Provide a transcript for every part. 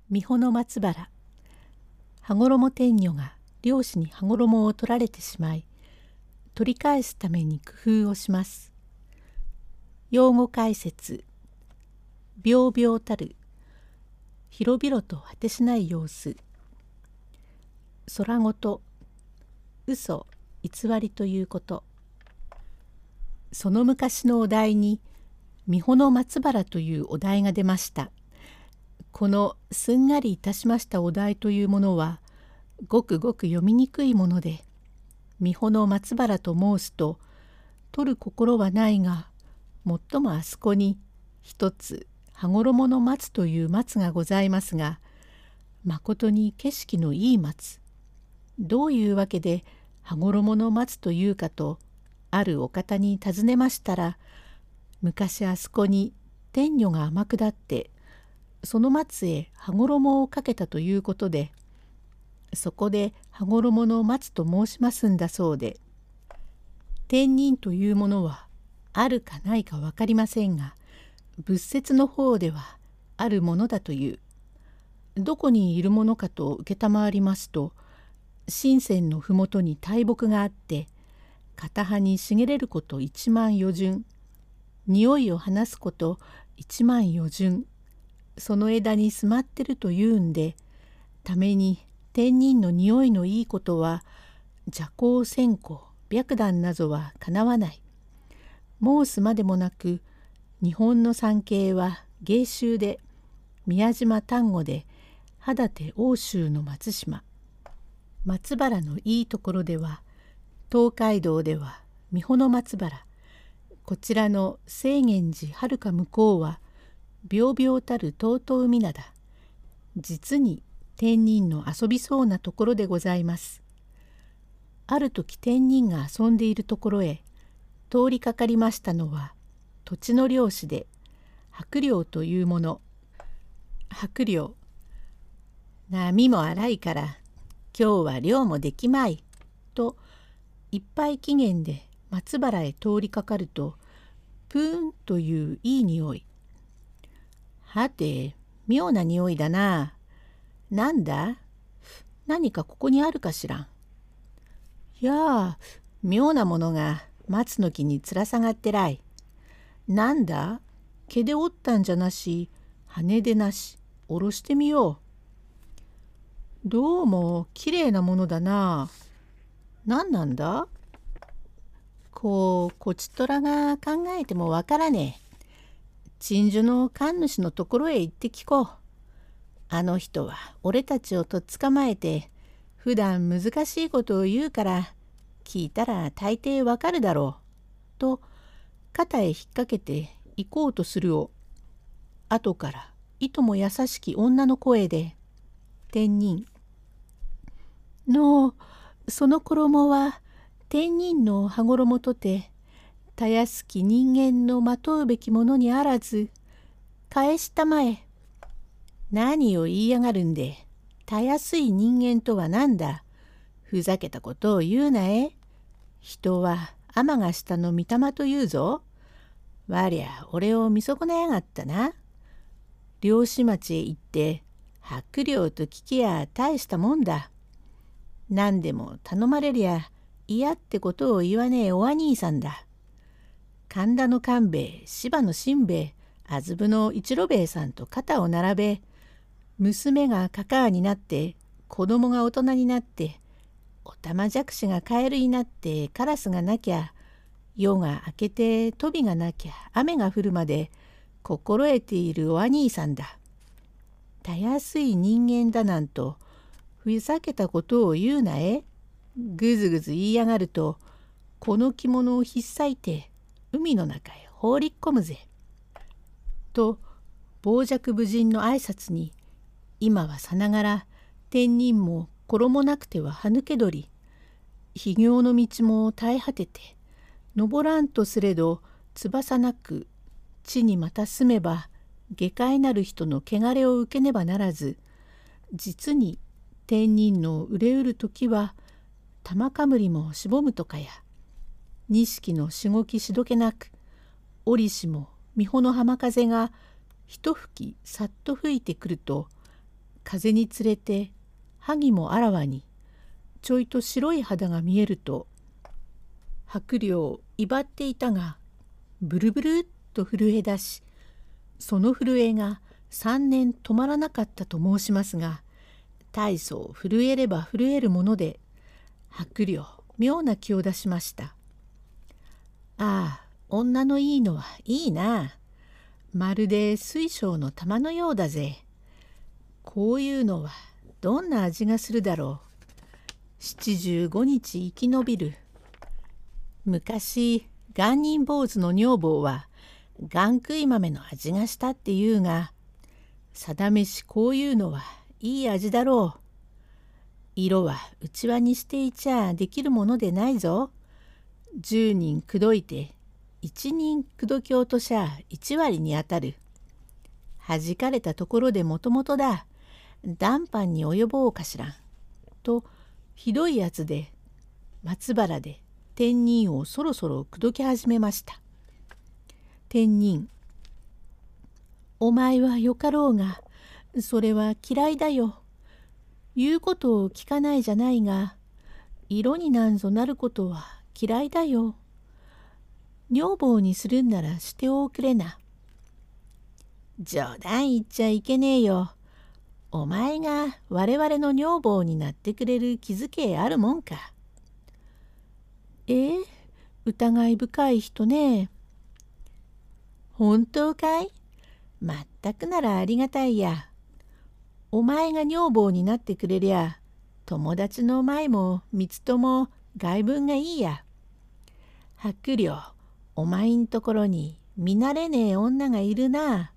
三保の松原。羽衣天女が漁師に羽衣を取られてしまい、取り返すために工夫をします。用語解説。びょうびょうたる。広々と果てしない様子。空ごと。嘘、偽りということ。その昔のお題に三保の松原というお題が出ました。このすんがりいたしましたお題というものはごくごく読みにくいもので、三保の松原と申すと取る心はないが、もっともあそこに一つ羽衣の松という松がございますが、まことに景色のいい松。どういうわけで羽衣の松というかとあるお方に尋ねましたら、昔あそこに天女が天下ってその松へ羽衣をかけたということで、そこで羽衣の松と申しますんだそうで、天人というものはあるかないか分かりませんが、仏説の方ではあるものだという。どこにいるものかと承りますと、深山のふもとに大木があって、片葉に茂れること1万余順、匂いを放すこと1万余順、その枝に住まってるというんで、ために天人の匂いのいいことは邪行線香白檀などはかなわない。申すまでもなく、日本の三景は芸集で宮島丹後で肌手奥州の松島、松原のいいところでは東海道では三保の松原、こちらの清源寺はるか向こうはびょうびょうたる遠海灘、実に天人の遊びそうなところでございます。ある時天人が遊んでいるところへ通りかかりましたのは土地の漁師で白漁というもの。白漁、波も荒いから今日は漁もできまいといっぱい期限で松原へ通りかかると、プーンといういい匂い。はて、妙な匂いだな。なんだ？何かここにあるかしらん。いやあ、妙なものが松の木につら下がってらい。なんだ？毛で折ったんじゃなし、羽でなし、下ろしてみよう。どうもきれいなものだな。なんなんだ？こちとらが考えてもわからねえ。鎮守の神主のところへ行って聞こう。あの人は俺たちをとっ捕まえて普段難しいことを言うから、聞いたら大抵わかるだろうと肩へ引っ掛けて行こうとするを、後からいとも優しき女の声で、天人のその衣は天人の羽衣とて、たやすき人間のまとうべきものにあらず、返したまえ。何を言いやがるんで、たやすい人間とは何だ。ふざけたことを言うなえ。人は天が下の御霊というぞ。わりゃ俺を見損なやがったな。漁師町へ行って白漁と聞きや大したもんだ。何でも頼まれりゃ嫌ってことを言わねえお兄さんだ。神田の官兵衛、芝の新兵衛、あずぶの一路兵衛さんと肩を並べ、娘がかかあになって子供が大人になって、おたまじゃくしがカエルになってカラスがなきゃ、夜が明けてトビがなきゃ雨が降るまで心得ているお兄さんだ。たやすい人間だなんとふざけたことを言うなえ。ぐずぐず言いやがると、この着物をひっさいて海の中へ放り込むぜ。と傍若無人の挨拶に、今はさながら天人も衣なくては歯抜け鳥、非業の道も絶え果てて、登らんとすれど翼なく、地にまた住めば下界なる人の汚れを受けねばならず、実に天人の憂うる時は玉かむりもしぼむとかや、錦のしごきしどけなく、折しも三保の浜風が一吹きさっと吹いてくると、 風につれて萩もあらわにちょいと白い肌が見えると、白竜威張っていたがブルブルっと震え出し、その震えが3年止まらなかったと申しますが、大層震えれば震えるもので、白竜妙な気を出しました。ああ、女のいいのはいいな。まるで水晶の玉のようだぜ。こういうのはどんな味がするだろう。75日生き延びる。昔、元人坊主の女房は、がん食い豆の味がしたって言うが、定めしこういうのはいい味だろう。色は器にしていちゃできるものでないぞ。10人口説いて1人口説き落としゃ1割にあたる。弾かれたところでもともとだ。談判に及ぼうかしらん。とひどいやつで松原で天人をそろそろ口説き始めました。天人、お前はよかろうが、それは嫌いだよ。言うことを聞かないじゃないが、色になんぞなることは嫌いだよ。女房にするんならしておくれな。冗談言っちゃいけねえよ。お前が我々の女房になってくれる気づけあるもんか。疑い深い人ね。本当かい？まったくならありがたいや。お前が女房になってくれりゃ、友達の前も三つとも外分がいいや。白竜、お前んところに見慣れねえ女がいるな。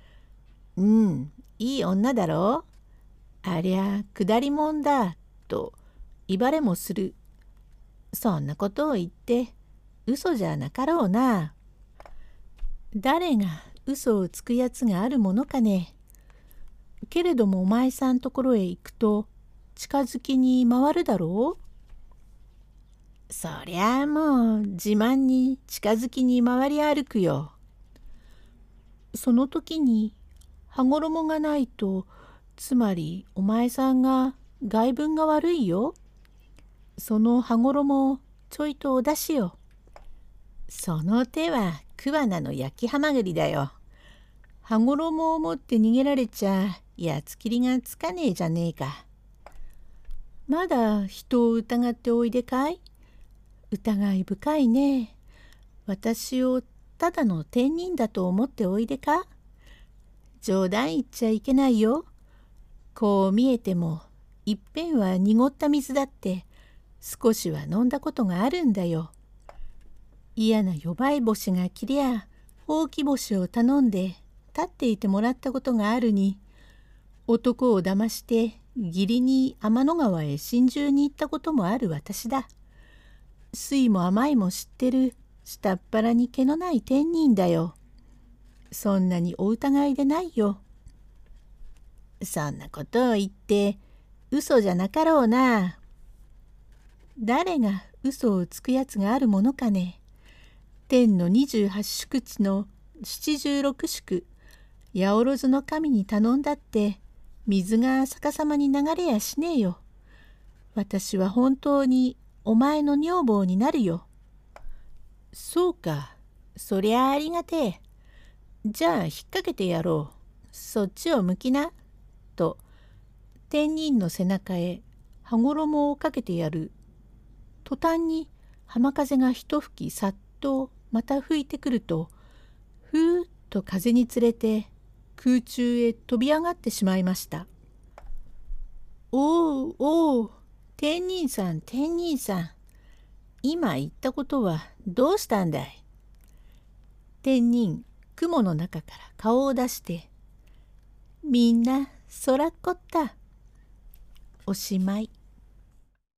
いい女だろう。ありゃ下りもんだ、と威張れもする。そんなことを言って嘘じゃなかろうな。誰が嘘をつくやつがあるものかね。けれどもお前さんところへ行くと近づきに回るだろう。そりゃあもう自慢に近づきに回り歩くよ。その時に羽衣がないと、つまりお前さんが外分が悪いよ。その羽衣をちょいとお出しよ。その手は桑名の焼きはまぐりだよ。羽衣を持って逃げられちゃやつきりがつかねえじゃねえか。まだ人を疑っておいでかい？疑い深いね。私をただの天人だと思っておいでか？冗談言っちゃいけないよ。こう見えてもいっぺんは濁った水だって少しは飲んだことがあるんだよ。嫌な夜ばい星が来りゃほうき星を頼んで立っていてもらったことがあるに、男を騙して義理に天の川へ心中に行ったこともある私だ。酸いも甘いも知ってる下っ腹に毛のない天人だよ。そんなにお疑いでないよ。そんなことを言って嘘じゃなかろうな。誰が嘘をつくやつがあるものかね。天の28宿地の76宿、八百万の神に頼んだって水が逆さまに流れやしねえよ。私は本当にお前の女房になるよ。そうか、そりゃありがてえ。じゃあ引っ掛けてやろう。そっちを向きな。と天人の背中へ羽衣をかけてやる。途端に浜風が一吹きさっとまた吹いてくると、ふーっと風につれて空中へ飛び上がってしまいました。おうおう、天人さん天人さん、今言ったことはどうしたんだい。天人、雲の中から顔を出して、みんな空っこった。おしまい。